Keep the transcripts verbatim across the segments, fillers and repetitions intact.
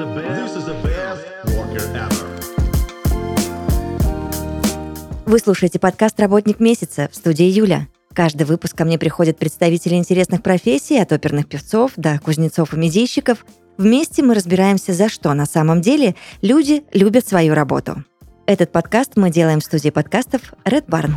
This is the best worker ever. Вы слушаете подкаст «Работник месяца» в студии Юля. Каждый выпуск ко мне приходят представители интересных профессий, от оперных певцов до кузнецов и медийщиков. Вместе мы разбираемся, за что на самом деле люди любят свою работу. Этот подкаст мы делаем в студии подкастов Red Barn.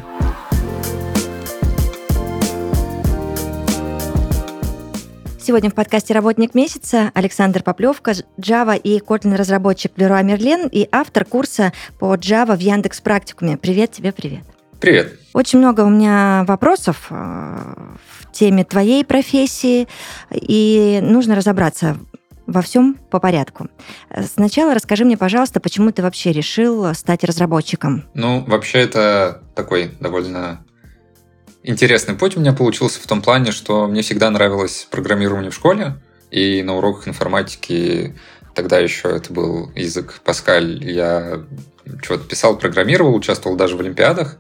Сегодня в подкасте «Работник месяца» Александр Поплевка, Java и Kotlin-разработчик в Leroy Merlin и автор курса по Java в Яндекс.Практикуме. Привет тебе, привет. Привет. Очень много у меня вопросов в теме твоей профессии, и нужно разобраться во всем по порядку. Сначала расскажи мне, пожалуйста, почему ты вообще решил стать разработчиком? Ну, вообще, это такой довольно интересный путь у меня получился в том плане, что мне всегда нравилось программирование в школе, и на уроках информатики, тогда еще это был язык Паскаль, я что-то писал, программировал, участвовал даже в олимпиадах,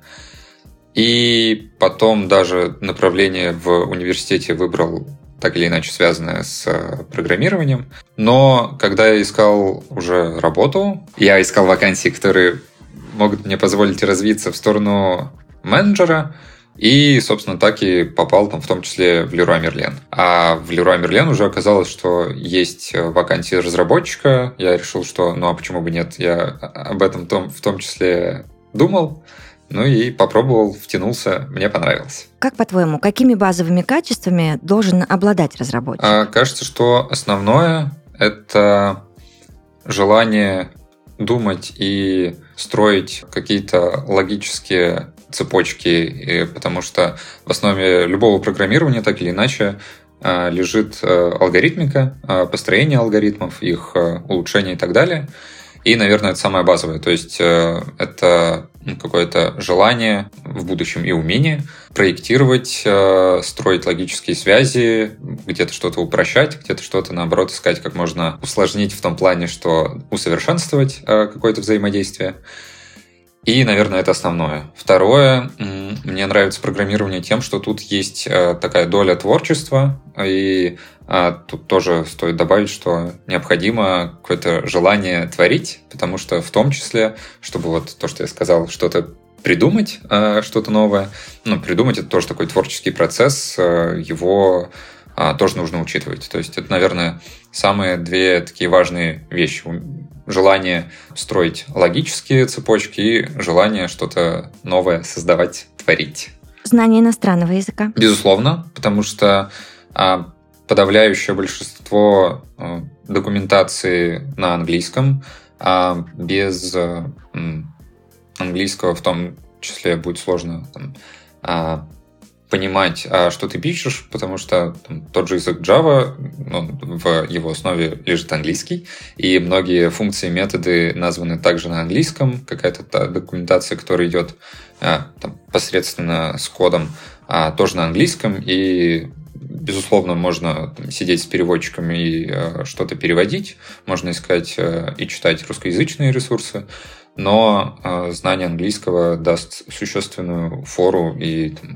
и потом даже направление в университете выбрал так или иначе связанное с программированием. Но когда я искал уже работу, я искал вакансии, которые могут мне позволить развиться в сторону менеджера, и, собственно, так и попал там в том числе в Leroy Merlin. А в Leroy Merlin уже оказалось, что есть вакансия разработчика. Я решил, что ну а почему бы нет? Я об этом том, в том числе думал. Ну и попробовал, втянулся, мне понравилось. Как, по-твоему, какими базовыми качествами должен обладать разработчик? А, кажется, что основное – это желание думать и строить какие-то логические цепочки, потому что в основе любого программирования так или иначе лежит алгоритмика, построение алгоритмов, их улучшение и так далее. И, наверное, это самое базовое. То есть это какое-то желание в будущем и умение проектировать, строить логические связи, где-то что-то упрощать, где-то что-то, наоборот, искать как можно усложнить в том плане, что усовершенствовать какое-то взаимодействие. И, наверное, это основное. Второе, мне нравится программирование тем, что тут есть такая доля творчества, и тут тоже стоит добавить, что необходимо какое-то желание творить, потому что в том числе, чтобы вот то, что я сказал, что-то придумать, что-то новое, ну, придумать — это тоже такой творческий процесс, его тоже нужно учитывать. То есть это, наверное, самые две такие важные вещи. Желание строить логические цепочки и желание что-то новое создавать, творить. Знание иностранного языка? Безусловно, потому что а, подавляющее большинство а, документации на английском, а без а, английского в том числе будет сложно там, а, понимать, что ты пишешь, потому что там, тот же язык Java, он, в его основе лежит английский, и многие функции и методы названы также на английском, какая-то та документация, которая идет а, там, посредственно с кодом, а, тоже на английском, и, безусловно, можно там, сидеть с переводчиками и а, что-то переводить, можно искать а, и читать русскоязычные ресурсы, но а, знание английского даст существенную фору и там,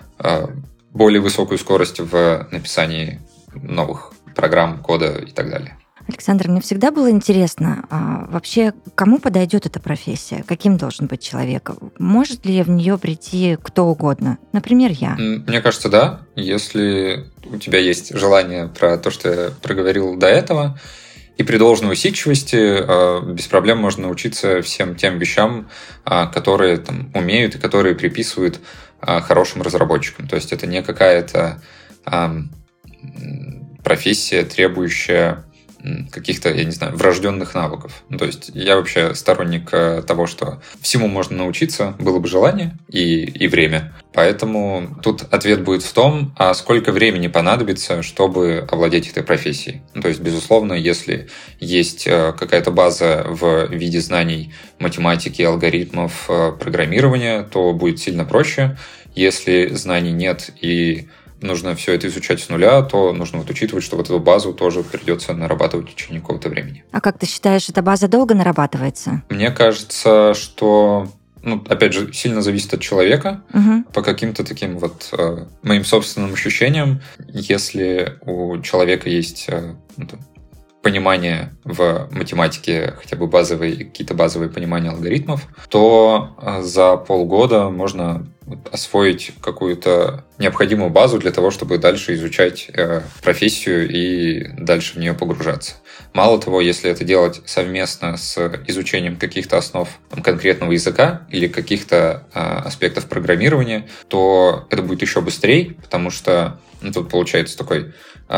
более высокую скорость в написании новых программ, кода и так далее. Александр, мне всегда было интересно, а вообще кому подойдет эта профессия? Каким должен быть человек? Может ли в нее прийти кто угодно? Например, я. Мне кажется, да. Если у тебя есть желание про то, что я проговорил до этого, и при должной усидчивости без проблем можно научиться всем тем вещам, которые там, умеют и которые приписывают хорошим разработчикам. То есть это не какая-то профессия, требующая каких-то, я не знаю, врожденных навыков. Ну, то есть я вообще сторонник того, что всему можно научиться, было бы желание и, и время. Поэтому тут ответ будет в том, а сколько времени понадобится, чтобы овладеть этой профессией. Ну, то есть, безусловно, если есть какая-то база в виде знаний математики, алгоритмов, программирования, то будет сильно проще. Если знаний нет и нужно все это изучать с нуля, то нужно вот учитывать, что вот эту базу тоже придется нарабатывать в течение какого-то времени. А как ты считаешь, эта база долго нарабатывается? Мне кажется, что, ну, опять же, сильно зависит от человека. Угу. По каким-то таким вот э, моим собственным ощущениям, если у человека есть э, ну, понимание в математике, хотя бы базовые, какие-то базовые понимания алгоритмов, то за полгода можно освоить какую-то необходимую базу для того, чтобы дальше изучать профессию и дальше в нее погружаться. Мало того, если это делать совместно с изучением каких-то основ конкретного языка или каких-то аспектов программирования, то это будет еще быстрее, потому что ну, тут получается такой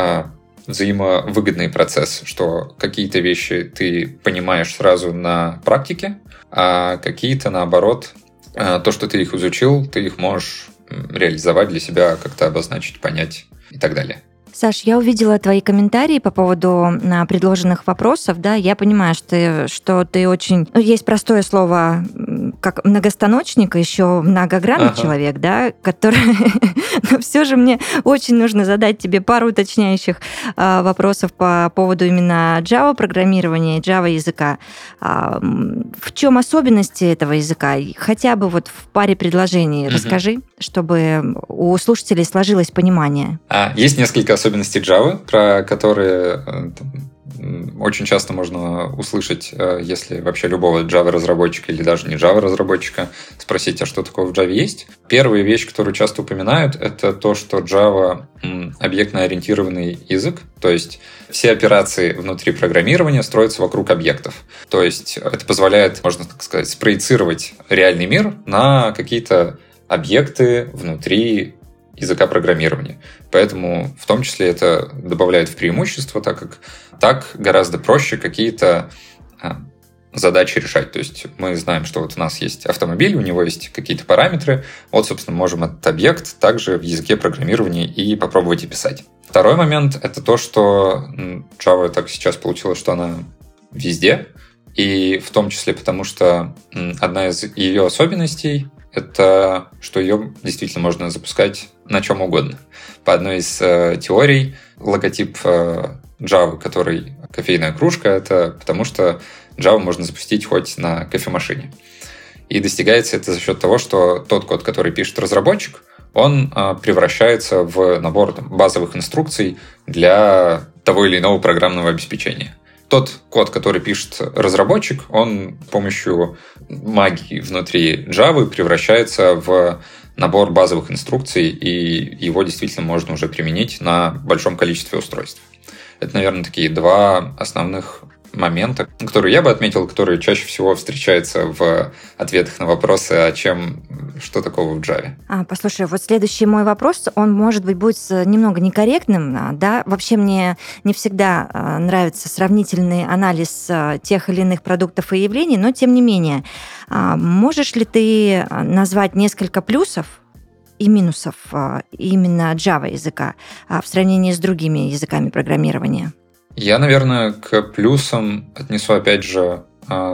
взаимовыгодный процесс, что какие-то вещи ты понимаешь сразу на практике, а какие-то, наоборот, то, что ты их изучил, ты их можешь реализовать для себя, как-то обозначить, понять и так далее. Саш, я увидела твои комментарии по поводу предложенных вопросов, да, я понимаю, что ты, что ты очень... Ну, есть простое слово, как многостаночник, еще многогранный ага. человек, да, который... Но все же мне очень нужно задать тебе пару уточняющих а, вопросов по поводу именно Java-программирования и Java-языка. А, в чем особенности этого языка? Хотя бы вот в паре предложений mm-hmm. расскажи, чтобы у слушателей сложилось понимание. А, есть несколько особенностей Java, про которые там, очень часто можно услышать, если вообще любого Java-разработчика или даже не Java-разработчика спросить, а что такое в Java есть. Первая вещь, которую часто упоминают, это то, что Java объектно-ориентированный язык, то есть все операции внутри программирования строятся вокруг объектов. То есть это позволяет, можно так сказать, спроецировать реальный мир на какие-то объекты внутри языка программирования. Поэтому в том числе это добавляет в преимущество, так как так гораздо проще какие-то задачи решать. То есть мы знаем, что вот у нас есть автомобиль, у него есть какие-то параметры. Вот, собственно, можем этот объект также в языке программирования и попробовать описать. Второй момент — это то, что Java так сейчас получилось, что она везде. И в том числе потому, что одна из ее особенностей — это что ее действительно можно запускать на чем угодно. По одной из э, теорий, логотип э, Java, который кофейная кружка, это потому что Java можно запустить хоть на кофемашине. И достигается это за счет того, что тот код, который пишет разработчик, он э, превращается в набор там, базовых инструкций для того или иного программного обеспечения. Тот код, который пишет разработчик, он с помощью магии внутри Java превращается в набор базовых инструкций, и его действительно можно уже применить на большом количестве устройств. Это, наверное, такие два основных момента, которые я бы отметил, которые чаще всего встречаются в ответах на вопросы, а чем, что такого в Java. А, послушай, вот следующий мой вопрос, он, может быть, будет немного некорректным, да? Вообще мне не всегда нравится сравнительный анализ тех или иных продуктов и явлений, но тем не менее, можешь ли ты назвать несколько плюсов и минусов именно Java языка в сравнении с другими языками программирования? Я, наверное, к плюсам отнесу, опять же,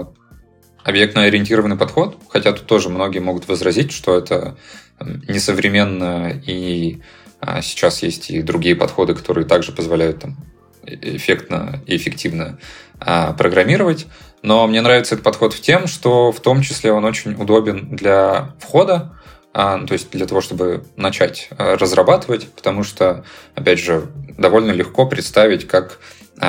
объектно-ориентированный подход, хотя тут тоже многие могут возразить, что это несовременно, и сейчас есть и другие подходы, которые также позволяют там, эффектно и эффективно программировать. Но мне нравится этот подход в тем, что в том числе он очень удобен для входа, то есть для того, чтобы начать разрабатывать, потому что, опять же, довольно легко представить, как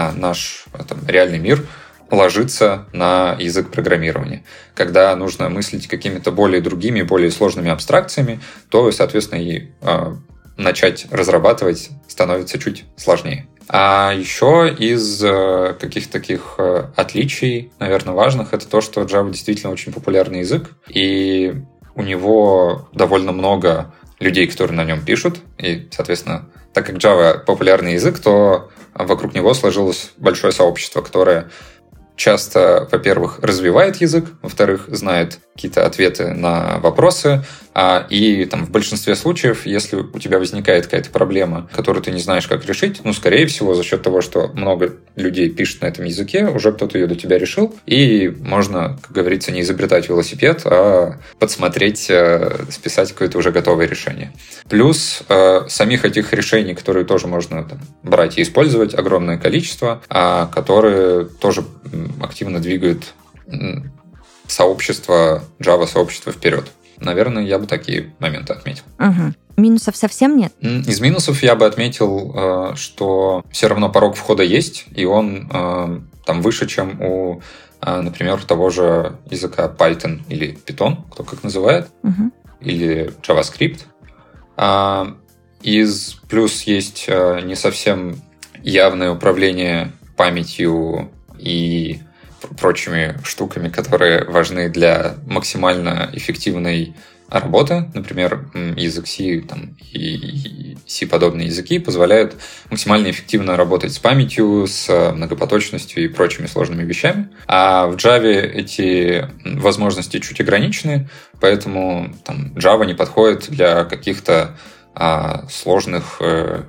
наш там, реальный мир ложится на язык программирования. Когда нужно мыслить какими-то более другими, более сложными абстракциями, то, соответственно, и э, начать разрабатывать становится чуть сложнее. А еще из э, каких-то таких э, отличий, наверное, важных, это то, что Java действительно очень популярный язык, и у него довольно много людей, которые на нем пишут, и, соответственно, так как Java популярный язык, то вокруг него сложилось большое сообщество, которое часто, во-первых, развивает язык, во-вторых, знает какие-то ответы на вопросы, а, и там, в большинстве случаев, если у тебя возникает какая-то проблема, которую ты не знаешь, как решить, ну, скорее всего, за счет того, что много людей пишет на этом языке, уже кто-то ее до тебя решил, и можно, как говорится, не изобретать велосипед, а подсмотреть, списать какое-то уже готовое решение. Плюс э, самих этих решений, которые тоже можно там, брать и использовать, огромное количество, а, которые тоже активно двигают сообщество, Java-сообщество вперед. Наверное, я бы такие моменты отметил. Угу. Минусов совсем нет? Из минусов я бы отметил, что все равно порог входа есть, и он там выше, чем у, например, того же языка Python или Python, кто как называет, угу. или JavaScript. Из плюс есть не совсем явное управление памятью и прочими штуками, которые важны для максимально эффективной работы. Например, язык C там, и C-подобные языки позволяют максимально эффективно работать с памятью, с многопоточностью и прочими сложными вещами. А в Java эти возможности чуть ограничены, поэтому там, Java не подходит для каких-то а, сложных э,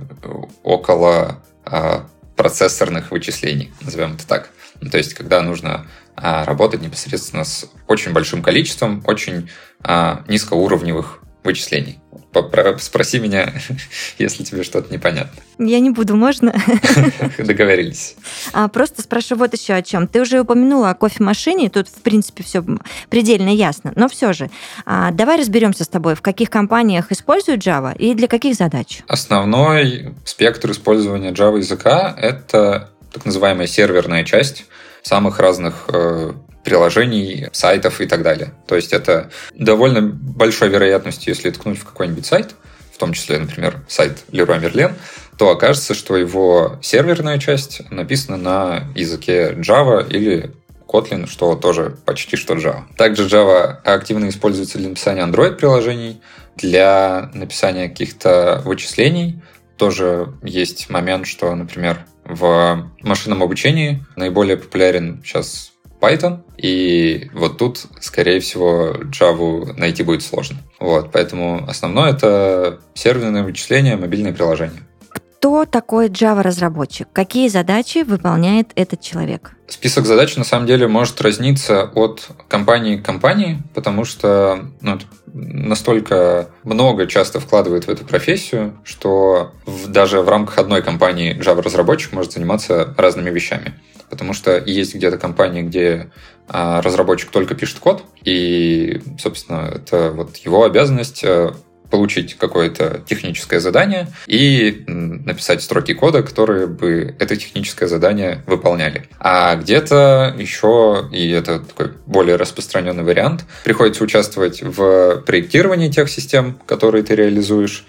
около а, процессорных вычислений, назовем это так. То есть, когда нужно а, работать непосредственно с очень большим количеством очень а, низкоуровневых вычислений. Спроси меня, если тебе что-то непонятно. Я не буду, можно? Договорились. А, просто спрошу вот еще о чем. Ты уже упомянула о кофемашине, тут, в принципе, все предельно ясно, но все же. А, давай разберемся с тобой, в каких компаниях используют Java и для каких задач? Основной спектр использования Java языка — это так называемая серверная часть самых разных э, приложений, сайтов и так далее. То есть это довольно большой вероятностью, если ткнуть в какой-нибудь сайт, в том числе, например, сайт Leroy Merlin, то окажется, что его серверная часть написана на языке Java или Kotlin, что тоже почти что Java. Также Java активно используется для написания Android-приложений, для написания каких-то вычислений. Тоже есть момент, что, например, в машинном обучении наиболее популярен сейчас Python, и вот тут, скорее всего, Java найти будет сложно. Вот, поэтому основное — это серверное вычисление, мобильные приложения. Кто такой Java-разработчик? Какие задачи выполняет этот человек? Список задач, на самом деле, может разниться от компании к компании, потому что ну, настолько много часто вкладывают в эту профессию, что в, даже в рамках одной компании Java-разработчик может заниматься разными вещами. Потому что есть где-то компании, где а, разработчик только пишет код, и, собственно, это вот его обязанность а, получить какое-то техническое задание и написать строки кода, которые бы это техническое задание выполняли. А где-то еще, и это такой более распространенный вариант, приходится участвовать в проектировании тех систем, которые ты реализуешь,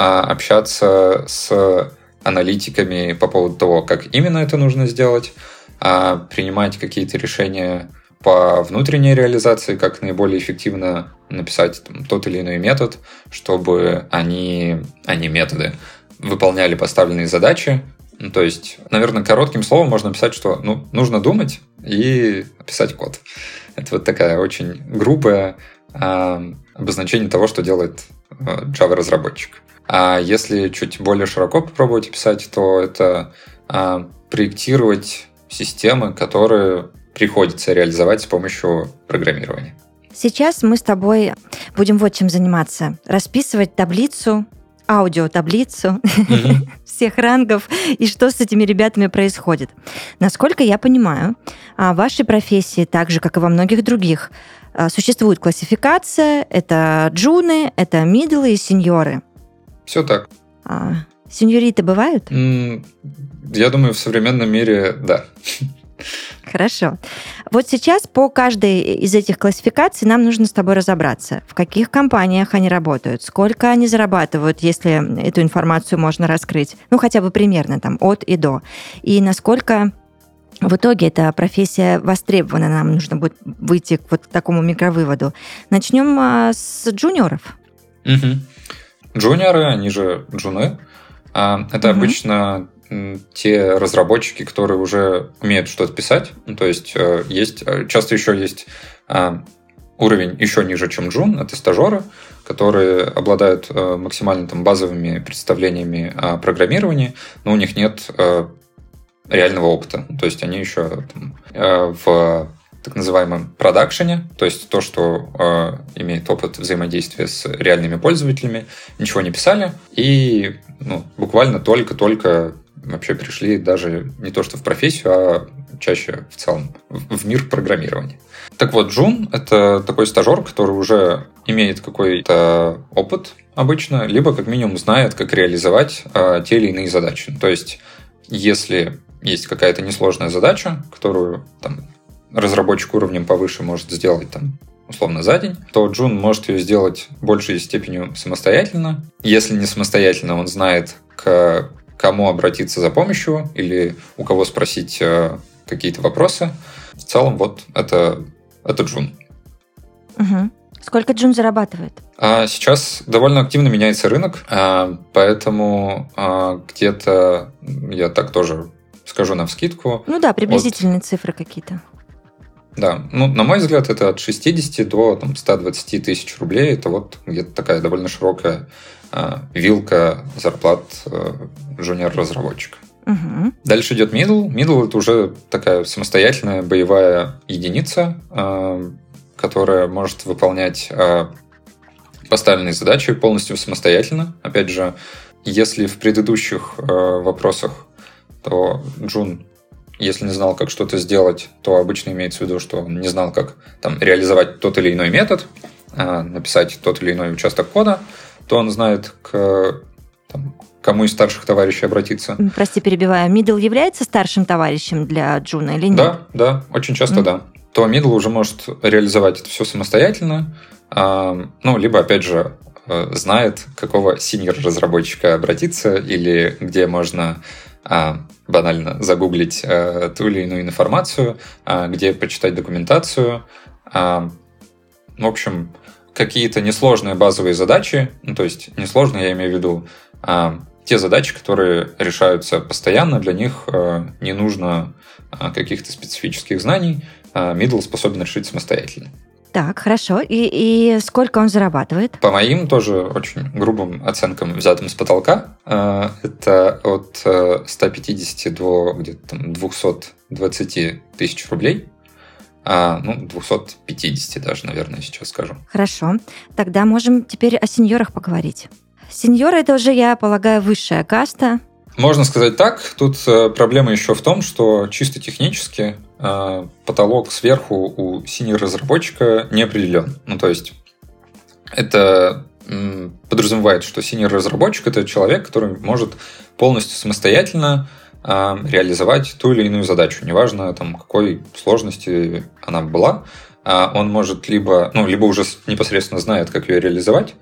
общаться с аналитиками по поводу того, как именно это нужно сделать, принимать какие-то решения по внутренней реализации, как наиболее эффективно написать там, тот или иной метод, чтобы они, они методы, выполняли поставленные задачи. Ну, то есть, наверное, коротким словом можно написать, что ну, нужно думать и писать код. Это вот такая очень грубое э, обозначение того, что делает э, Java-разработчик. А если чуть более широко попробовать писать, то это э, проектировать системы, которые приходится реализовать с помощью программирования. Сейчас мы с тобой будем вот чем заниматься. Расписывать таблицу, аудиотаблицу mm-hmm. всех рангов и что с этими ребятами происходит. Насколько я понимаю, в вашей профессии, так же, как и во многих других, существует классификация. Это джуны, это мидлы и сеньоры. Все так. А, сеньориты бывают? Mm, я думаю, в современном мире да. Хорошо. Вот сейчас по каждой из этих классификаций нам нужно с тобой разобраться, в каких компаниях они работают, сколько они зарабатывают, если эту информацию можно раскрыть, ну хотя бы примерно там от и до, и насколько в итоге эта профессия востребована, нам нужно будет выйти вот к такому микровыводу. Начнем а, с джуниоров. Угу. Джуниоры, они же джуны, а, это угу. обычно те разработчики, которые уже умеют что-то писать. Ну, то есть, есть часто еще есть уровень еще ниже, чем джун. Это стажеры, которые обладают максимально там, базовыми представлениями о программировании, но у них нет реального опыта. То есть они еще там, в так называемом продакшене, то есть то, что э, имеет опыт взаимодействия с реальными пользователями, ничего не писали, и ну, буквально только-только вообще пришли даже не то что в профессию, а чаще в целом в, в мир программирования. Так вот, Джун — это такой стажер, который уже имеет какой-то опыт обычно, либо как минимум знает, как реализовать э, те или иные задачи. То есть, если есть какая-то несложная задача, которую там, разработчик уровнем повыше может сделать там, условно за день, то Джун может ее сделать в большей степени самостоятельно. Если не самостоятельно, он знает, к кому обратиться за помощью или у кого спросить э, какие-то вопросы. В целом, вот это, это Джун. Угу. Сколько Джун зарабатывает? А сейчас довольно активно меняется рынок, а, поэтому а, где-то, я так тоже скажу навскидку. Ну да, приблизительные от... цифры какие-то. Да, ну, на мой взгляд, это от шестидесяти до там, ста двадцати тысяч рублей. Это вот где-то такая довольно широкая а, вилка зарплат а, джуниор-разработчика. Угу. Дальше идет middle. Middle — это уже такая самостоятельная боевая единица, а, которая может выполнять а, поставленные задачи полностью самостоятельно. Опять же, если в предыдущих а, вопросах, то Джун, если не знал, как что-то сделать, то обычно имеется в виду, что он не знал, как там, реализовать тот или иной метод, написать тот или иной участок кода, то он знает, к там, кому из старших товарищей обратиться. Прости, перебиваю. Middle является старшим товарищем для Джуна или нет? Да, да, очень часто mm. да. То middle уже может реализовать это все самостоятельно, ну, либо, опять же, знает, какого senior-разработчика обратиться или где можно а, банально загуглить а, ту или иную информацию, а, где почитать документацию. А, в общем, какие-то несложные базовые задачи, ну, то есть несложные, я имею в виду, а, те задачи, которые решаются постоянно, для них а, не нужно а, каких-то специфических знаний, а, middle способен решить самостоятельно. Так, хорошо. И, и сколько он зарабатывает? По моим тоже очень грубым оценкам, взятым с потолка, это от ста пятидесяти до где-то там двухсот двадцати тысяч рублей. Ну, двухсот пятидесяти даже, наверное, сейчас скажу. Хорошо. Тогда можем теперь о сеньорах поговорить. Сеньоры — это уже, я полагаю, высшая каста. Можно сказать так. Тут проблема еще в том, что чисто технически потолок сверху у senior-разработчика не определен. Ну, то есть это подразумевает, что senior-разработчик — это человек, который может полностью самостоятельно реализовать ту или иную задачу, неважно, там, какой сложности она была. Он может либо, ну, либо уже непосредственно знает, как ее реализовать,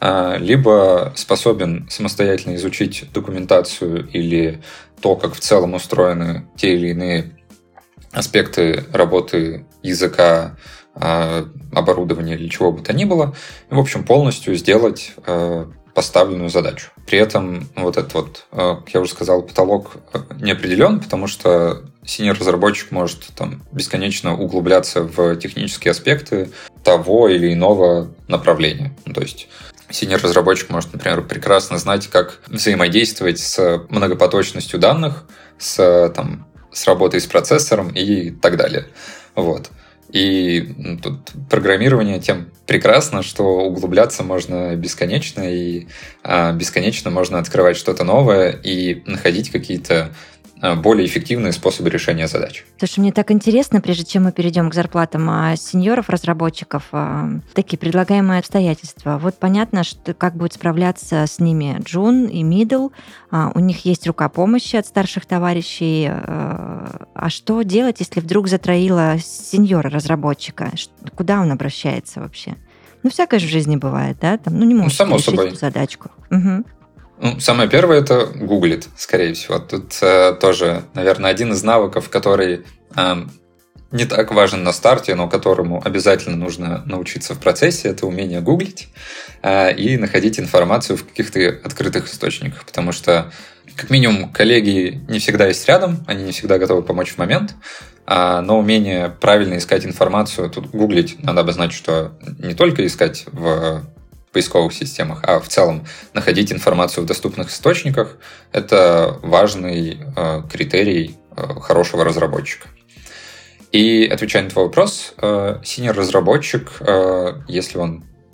либо способен самостоятельно изучить документацию или то, как в целом устроены те или иные аспекты работы языка, оборудования или чего бы то ни было, и, в общем, полностью сделать поставленную задачу. При этом вот этот вот, как я уже сказал, потолок не определен, потому что senior-разработчик может там бесконечно углубляться в технические аспекты того или иного направления. Ну, то есть senior-разработчик может, например, прекрасно знать, как взаимодействовать с многопоточностью данных, с, там, с работой с процессором и так далее. Вот. И ну, тут программирование тем прекрасно, что углубляться можно бесконечно, и а, бесконечно можно открывать что-то новое и находить какие-то а, более эффективные способы решения задач. Слушай, мне так интересно, прежде чем мы перейдем к зарплатам а, сеньоров, разработчиков, а, такие предлагаемые обстоятельства. Вот понятно, что как будет справляться с ними Джун и Middle. А, у них есть рука помощи от старших товарищей. А, а что делать, если вдруг затроило сеньора-разработчика? Куда он обращается вообще? Ну, всякое же в жизни бывает, да? Там, ну, не может ну, само решить собой. эту задачку. Угу. Ну, самое первое — это гуглит, скорее всего. Тут э, тоже, наверное, один из навыков, который э, не так важен на старте, но которому обязательно нужно научиться в процессе, это умение гуглить э, и находить информацию в каких-то открытых источниках. Потому что, как минимум, коллеги не всегда есть рядом, они не всегда готовы помочь в момент, э, но умение правильно искать информацию, тут гуглить надо обозначить, что не только искать в поисковых системах, а в целом находить информацию в доступных источниках — это важный э, критерий э, хорошего разработчика. И отвечая на твой вопрос, э, senior-разработчик, э, если он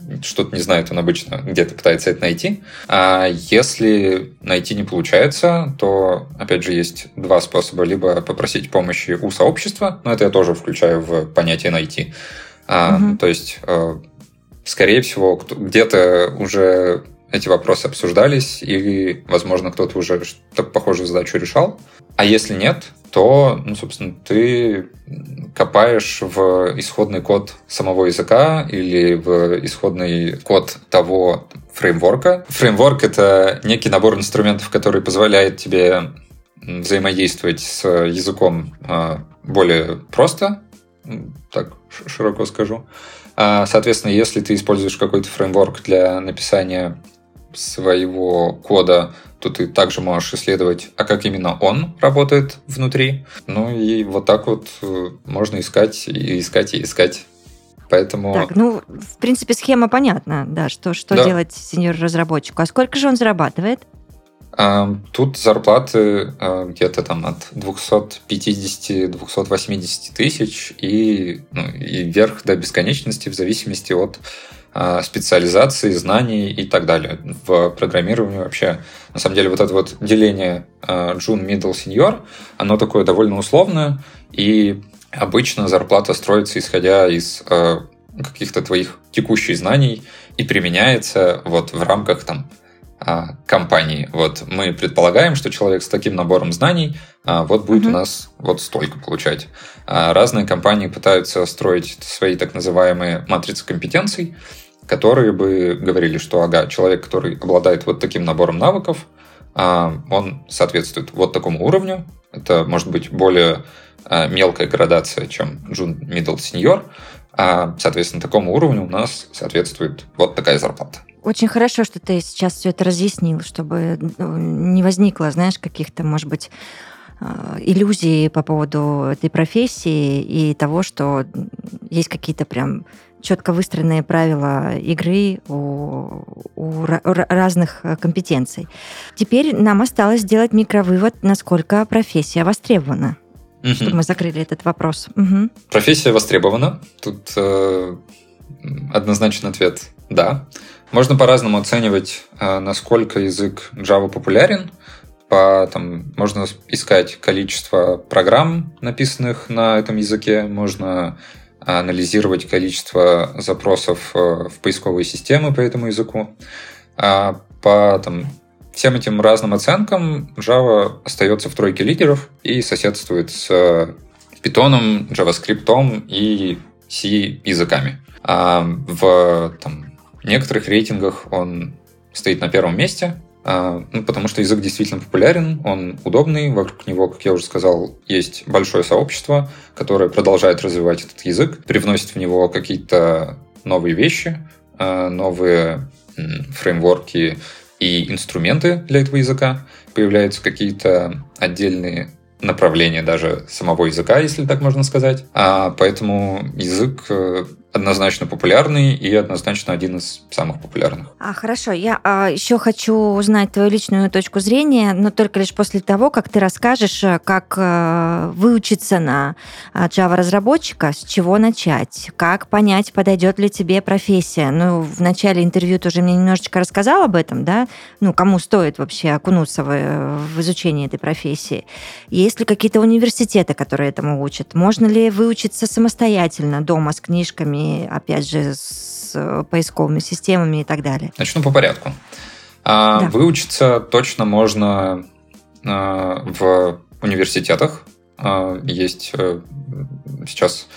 что-то не знает, он обычно где-то пытается это найти. А если найти не получается, то, опять же, есть два способа. Либо попросить помощи у сообщества, но это я тоже включаю в понятие «найти». А, угу. То есть, скорее всего, где-то уже эти вопросы обсуждались, или, возможно, кто-то уже что-то похожую задачу решал. А если нет, то, ну, собственно, ты копаешь в исходный код самого языка или в исходный код того фреймворка. Фреймворк — это некий набор инструментов, который позволяет тебе взаимодействовать с языком более просто, так широко скажу. Соответственно, если ты используешь какой-то фреймворк для написания своего кода, то ты также можешь исследовать, а как именно он работает внутри. Ну и вот так вот можно искать и искать и искать. Поэтому... Так, ну, в принципе, схема понятна, да, что, что да. делать сеньор-разработчику. А сколько же он зарабатывает? Тут зарплаты где-то там от двести пятьдесят - двести восемьдесят тысяч и, ну, и вверх до бесконечности в зависимости от специализации, знаний и так далее. В программировании вообще, на самом деле, вот это вот деление June, Middle, Senior, оно такое довольно условное, и обычно зарплата строится исходя из каких-то твоих текущих знаний и применяется вот в рамках там компании. Вот мы предполагаем, что человек с таким набором знаний вот будет uh-huh. у нас вот столько получать. Разные компании пытаются строить свои так называемые матрицы компетенций, которые бы говорили, что ага, человек, который обладает вот таким набором навыков, он соответствует вот такому уровню. Это может быть более мелкая градация, чем June, Middle, Senior. Соответственно, такому уровню у нас соответствует вот такая зарплата. Очень хорошо, что ты сейчас все это разъяснил, чтобы не возникло, знаешь, каких-то, может быть, иллюзий по поводу этой профессии и того, что есть какие-то прям четко выстроенные правила игры у, у разных компетенций. Теперь нам осталось сделать микровывод, насколько профессия востребована. Угу. Чтобы мы закрыли этот вопрос. Угу. Профессия востребована. Тут э, однозначный ответ – да. Можно по-разному оценивать, э, насколько язык Java популярен. По, там, можно искать количество программ, написанных на этом языке. Можно анализировать количество запросов в поисковые системы по этому языку. А по там, всем этим разным оценкам Java остается в тройке лидеров и соседствует с Python, JavaScript и C языками. А в там, некоторых рейтингах он стоит на первом месте, ну, потому что язык действительно популярен, он удобный, вокруг него, как я уже сказал, есть большое сообщество, которое продолжает развивать этот язык, привносит в него какие-то новые вещи, новые фреймворки и инструменты для этого языка, появляются какие-то отдельные направления даже самого языка, если так можно сказать. А поэтому язык однозначно популярный и однозначно один из самых популярных. А, хорошо, я а, еще хочу узнать твою личную точку зрения, но только лишь после того, как ты расскажешь, как а, выучиться на Java-разработчика, с чего начать, как понять, подойдет ли тебе профессия. Ну, в начале интервью ты уже мне немножечко рассказал об этом, да? Ну, кому стоит вообще окунуться в, в изучение этой профессии? Есть ли какие-то университеты, которые этому учат? Можно ли выучиться самостоятельно дома с книжками, опять же, с поисковыми системами и так далее? Начну по порядку. Да. Выучиться точно можно в университетах. Есть сейчас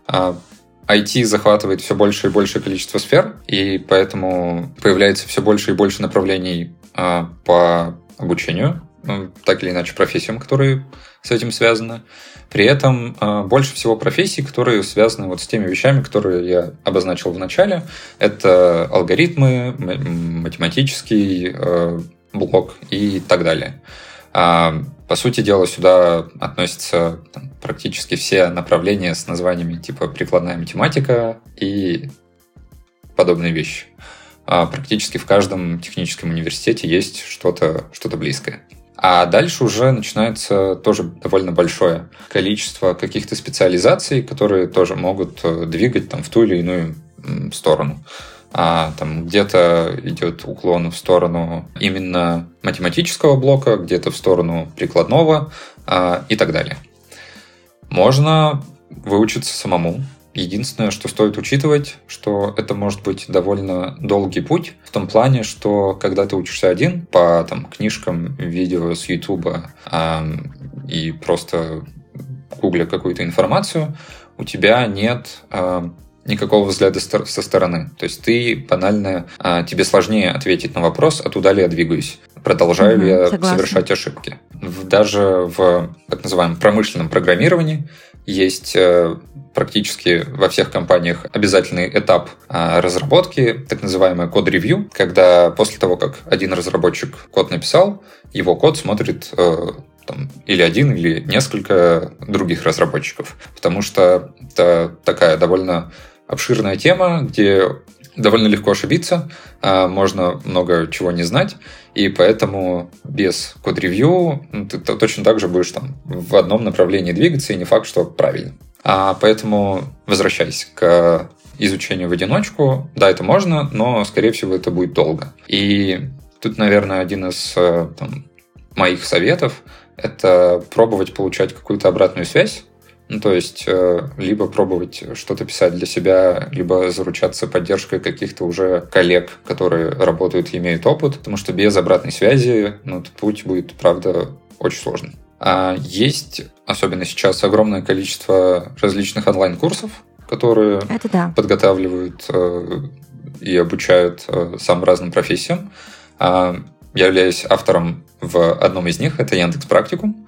ай ти захватывает все больше и большее количество сфер, и поэтому появляется все больше и больше направлений по обучению, так или иначе профессиям, которые с этим связаны. При этом э, больше всего профессий, которые связаны вот с теми вещами, которые я обозначил в начале. Это алгоритмы, математический э, блок и так далее. А, по сути дела, сюда относятся там, практически все направления с названиями типа прикладная математика и подобные вещи. А, практически в каждом техническом университете есть что-то, что-то близкое. А дальше уже начинается тоже довольно большое количество каких-то специализаций, которые тоже могут двигать там, в ту или иную сторону. а там где-то идет уклон в сторону именно математического блока, где-то в сторону прикладного а, и так далее. Можно выучиться самому. Единственное, что стоит учитывать, что это может быть довольно долгий путь, в том плане, что когда ты учишься один по там, книжкам, видео с Ютуба а, и просто гугля какую-то информацию, у тебя нет а, никакого взгляда со стороны. То есть ты банально, а, тебе сложнее ответить на вопрос, а туда ли я двигаюсь, продолжаю угу, ли я согласна. совершать ошибки. Даже в так называемом промышленном программировании есть а, практически во всех компаниях обязательный этап а, разработки, так называемый код-ревью, когда после того, как один разработчик код написал, его код смотрит а, там, или один, или несколько других разработчиков. Потому что это такая довольно обширная тема, где довольно легко ошибиться, а можно много чего не знать, и поэтому без код-ревью ты точно так же будешь там в одном направлении двигаться, и не факт, что правильно. А поэтому возвращаясь к изучению в одиночку, да, это можно, но, скорее всего, это будет долго. И тут, наверное, один из там, моих советов — это пробовать получать какую-то обратную связь. Ну, то есть, либо пробовать что-то писать для себя, либо заручаться поддержкой каких-то уже коллег, которые работают и имеют опыт, потому что без обратной связи ну, этот путь будет, правда, очень сложным. А есть, особенно сейчас, огромное количество различных онлайн-курсов, которые Это да. подготавливают э, и обучают э, самым разным профессиям. А, я являюсь автором в одном из них, это Яндекс.Практикум.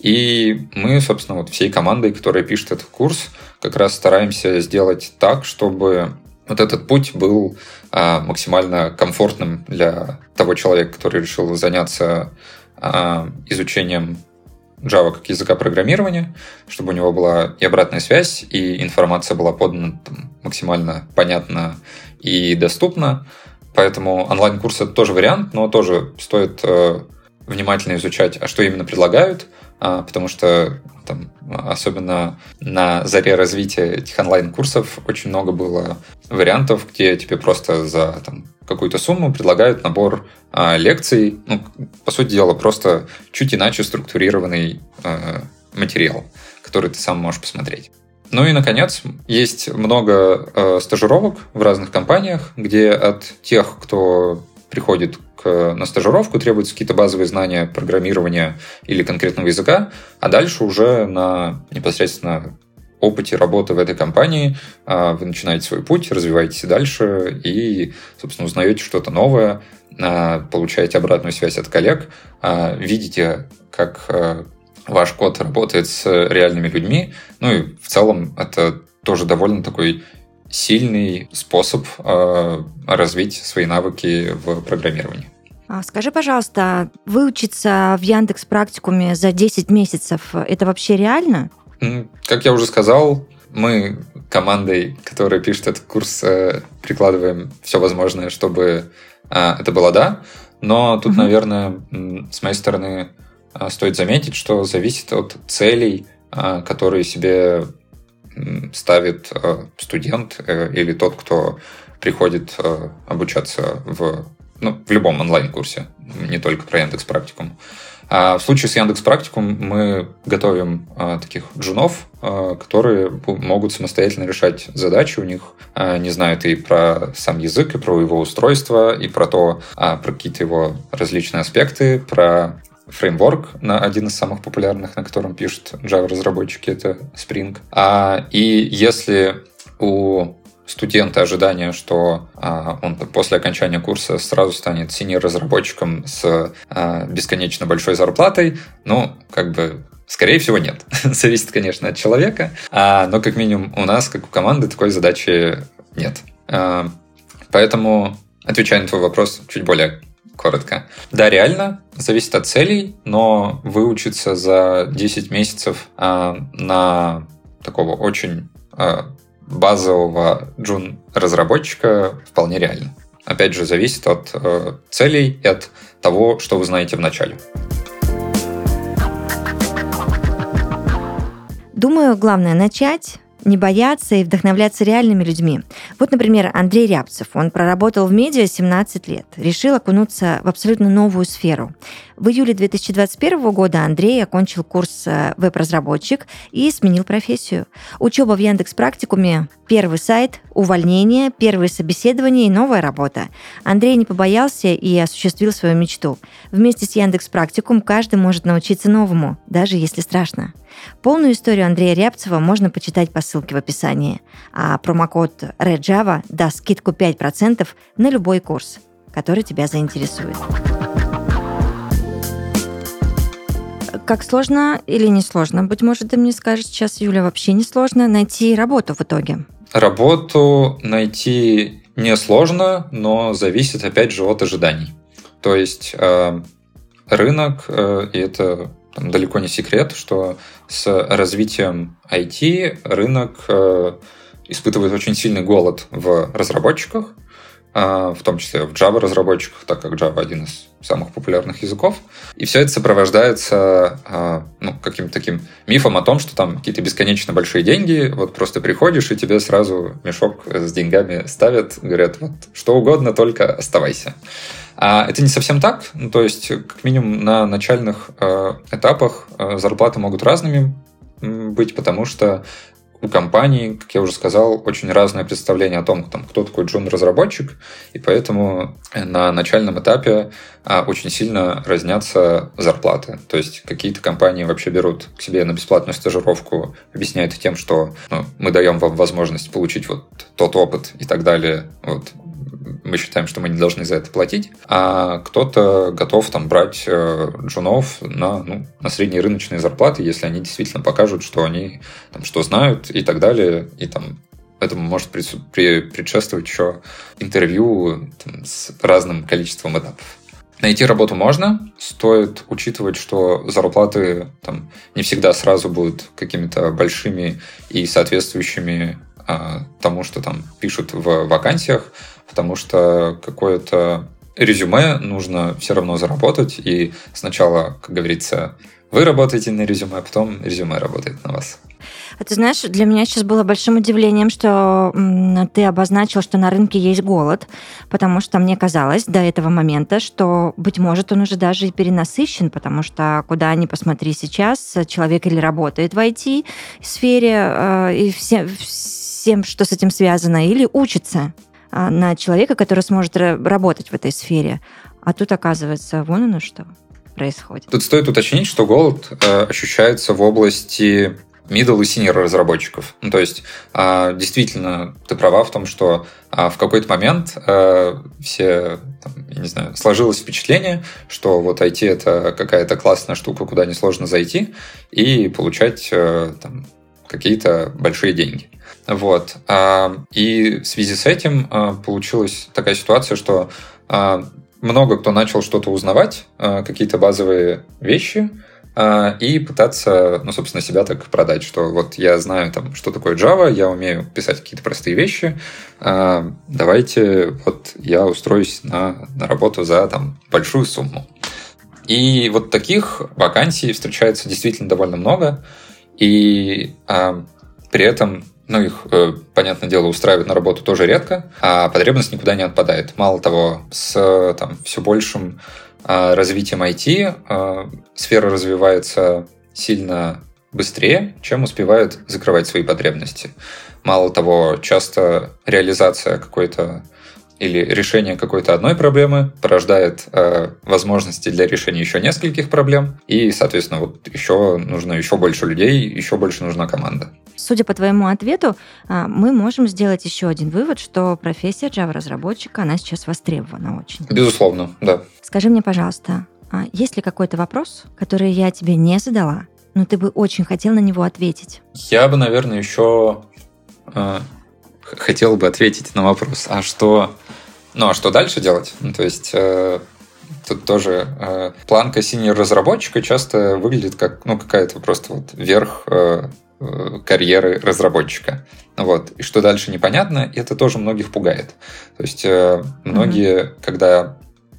И мы, собственно, вот всей командой, которая пишет этот курс, как раз стараемся сделать так, чтобы вот этот путь был а, максимально комфортным для того человека, который решил заняться а, изучением Java как языка программирования, чтобы у него была и обратная связь, и информация была подана там, максимально понятно и доступно. Поэтому онлайн-курс — это тоже вариант, но тоже стоит э, внимательно изучать, а что именно предлагают, а, потому что там, особенно на заре развития этих онлайн-курсов очень много было вариантов, где тебе просто за там, какую-то сумму предлагают набор а, лекций, ну, по сути дела, просто чуть иначе структурированный а, материал, который ты сам можешь посмотреть. Ну и, наконец, есть много э, стажировок в разных компаниях, где от тех, кто приходит к, на стажировку, требуются какие-то базовые знания программирования или конкретного языка, а дальше уже на непосредственно опыте работы в этой компании э, вы начинаете свой путь, развиваетесь дальше и, собственно, узнаете что-то новое, э, получаете обратную связь от коллег, э, видите, как... Э, ваш код работает с реальными людьми. Ну и в целом это тоже довольно такой сильный способ э, развить свои навыки в программировании. Скажи, пожалуйста, выучиться в Яндекс.Практикуме за десять месяцев – это вообще реально? Как я уже сказал, мы командой, которая пишет этот курс, прикладываем все возможное, чтобы это было «да». Но тут, угу. наверное, с моей стороны стоит заметить, что зависит от целей, которые себе ставит студент или тот, кто приходит обучаться в, ну, в любом онлайн-курсе, не только про Яндекс.Практикум. А в случае с Яндекс.Практикум мы готовим а, таких джунов, а, которые могут самостоятельно решать задачи. У них а, не знают и про сам язык, и про его устройство, и про то, а, про какие-то его различные аспекты, про фреймворк, на один из самых популярных, на котором пишут Java-разработчики, это Spring. А, и если у студента ожидания, что а, он после окончания курса сразу станет синьор-разработчиком с а, бесконечно большой зарплатой, ну, как бы, скорее всего, нет. Зависит, конечно, от человека, а, но как минимум у нас, как у команды, такой задачи нет. А, поэтому, отвечая на твой вопрос чуть более коротко. Да, реально, зависит от целей, но выучиться за десять месяцев а, на такого очень а, базового джун-разработчика вполне реально. Опять же, зависит от э, целей и от того, что вы знаете в начале. Думаю, главное начать. не бояться и вдохновляться реальными людьми. Вот, например, Андрей Рябцев. Он проработал в медиа семнадцать лет, решил окунуться в абсолютно новую сферу. В июле две тысячи двадцать первого года Андрей окончил курс веб-разработчик и сменил профессию. Учеба в Яндекс.Практикуме, первый сайт, увольнение, первые собеседования и новая работа. Андрей не побоялся и осуществил свою мечту. Вместе с Яндекс.Практикум каждый может научиться новому, даже если страшно. Полную историю Андрея Рябцева можно почитать по ссылке в описании. А промокод RedJava даст скидку пять процентов на любой курс, который тебя заинтересует. Как сложно или не сложно? Быть может, ты мне скажешь сейчас, Юля, вообще не сложно найти работу в итоге? Работу найти несложно, но зависит, опять же, от ожиданий. То есть э, рынок, э, и это там, далеко не секрет, что с развитием ай ти рынок э, испытывает очень сильный голод в разработчиках, в том числе в Java-разработчиках, так как Java один из самых популярных языков. И все это сопровождается ну, каким-то таким мифом о том, что там какие-то бесконечно большие деньги, вот просто приходишь, и тебе сразу мешок с деньгами ставят, говорят, вот что угодно, только оставайся. А это не совсем так. Ну, то есть, как минимум, на начальных этапах зарплаты могут разными быть, потому что у компаний, как я уже сказал, очень разное представление о том, там, кто такой джун-разработчик, и поэтому на начальном этапе а, очень сильно разнятся зарплаты. То есть какие-то компании вообще берут к себе на бесплатную стажировку, объясняют тем, что ну, мы даем вам возможность получить вот тот опыт и так далее. Вот. Мы считаем, что мы не должны за это платить, а кто-то готов там брать э, джунов на, ну, на средние рыночные зарплаты, если они действительно покажут, что они там, что знают и так далее, и там этому может предшествовать еще интервью там, с разным количеством этапов. Найти работу можно, стоит учитывать, что зарплаты там, не всегда сразу будут какими-то большими и соответствующими э, тому, что там пишут в вакансиях, потому что какое-то резюме нужно все равно заработать, и сначала, как говорится, вы работаете на резюме, а потом резюме работает на вас. А ты знаешь, для меня сейчас было большим удивлением, что ты обозначил, что на рынке есть голод, потому что мне казалось до этого момента, что, быть может, он уже даже и перенасыщен, потому что куда ни посмотри сейчас, человек или работает в ай ти-сфере и всем, всем, что с этим связано, или учится на человека, который сможет работать в этой сфере. А тут, оказывается, вон оно что происходит. Тут стоит уточнить, что голод э, ощущается в области middle и senior разработчиков. Ну, то есть, э, действительно, ты права в том, что э, в какой-то момент э, все, там, я не знаю, сложилось впечатление, что вот ай ти — это какая-то классная штука, куда несложно зайти и получать э, там, какие-то большие деньги. Вот. И в связи с этим получилась такая ситуация, что много кто начал что-то узнавать, какие-то базовые вещи, и пытаться, ну, собственно, себя так продать, что вот я знаю, там, что такое Java, я умею писать какие-то простые вещи, давайте вот я устроюсь на, на работу за там, большую сумму. И вот таких вакансий встречается действительно довольно много, и при этом ну, их, понятное дело, устраивать на работу тоже редко, а потребность никуда не отпадает. Мало того, с там, все большим развитием ай ти сфера развивается сильно быстрее, чем успевает закрывать свои потребности. Мало того, часто реализация какой-то или решение какой-то одной проблемы порождает э, возможности для решения еще нескольких проблем, и, соответственно, вот еще нужно еще больше людей, еще больше нужна команда. Судя по твоему ответу, мы можем сделать еще один вывод, что профессия Java-разработчика, она сейчас востребована очень. Безусловно, да. Скажи мне, пожалуйста, есть ли какой-то вопрос, который я тебе не задала, но ты бы очень хотел на него ответить? Я бы, наверное, еще э, хотел бы ответить на вопрос, а что, ну, а что дальше делать? Ну, то есть э, тут тоже э, планка синьор-разработчика часто выглядит как ну, какая-то просто вот верх э, карьеры разработчика. Вот. И что дальше непонятно, и это тоже многих пугает. То есть э, многие, mm-hmm. когда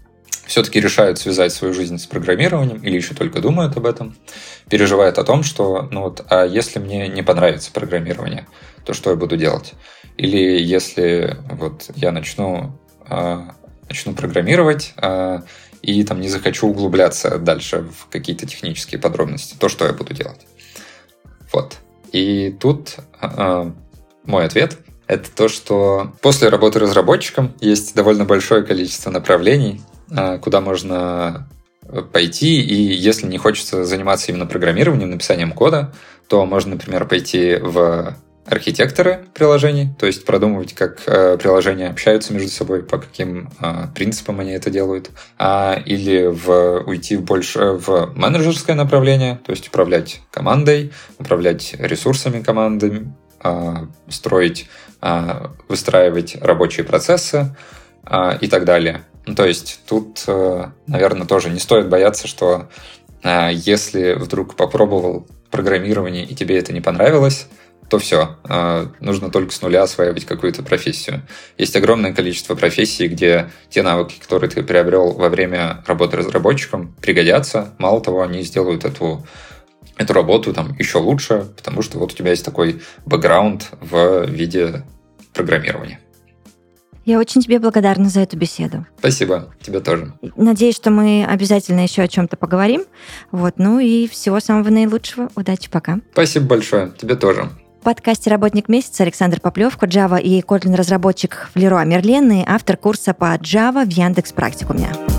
все-таки решают связать свою жизнь с программированием или еще только думают об этом, переживают о том, что, ну вот, а если мне не понравится программирование, то что я буду делать? Или если вот я начну, э, начну программировать э, и там не захочу углубляться дальше в какие-то технические подробности, то что я буду делать? Вот. И тут э, мой ответ – это то, что после работы разработчиком есть довольно большое количество направлений, э, куда можно пойти, и если не хочется заниматься именно программированием, написанием кода, то можно, например, пойти в архитекторы приложений, то есть продумывать, как э, приложения общаются между собой, по каким э, принципам они это делают, а, или в, уйти в больше в менеджерское направление, то есть управлять командой, управлять ресурсами команды, э, строить, э, выстраивать рабочие процессы э, и так далее. Ну, то есть тут, э, наверное, тоже не стоит бояться, что э, если вдруг попробовал программирование и тебе это не понравилось, то все, нужно только с нуля осваивать какую-то профессию. Есть огромное количество профессий, где те навыки, которые ты приобрел во время работы разработчиком, пригодятся. Мало того, они сделают эту, эту работу там еще лучше, потому что вот у тебя есть такой бэкграунд в виде программирования. Я очень тебе благодарна за эту беседу. Спасибо, тебе тоже. Надеюсь, что мы обязательно еще о чем-то поговорим. Вот, ну и всего самого наилучшего. Удачи, пока. Спасибо большое, тебе тоже. В подкасте «Работник месяца» Александр Поплевко, Java и Kotlin разработчик в Leroy Merlin и автор курса по Java в Яндекс.Практикуме.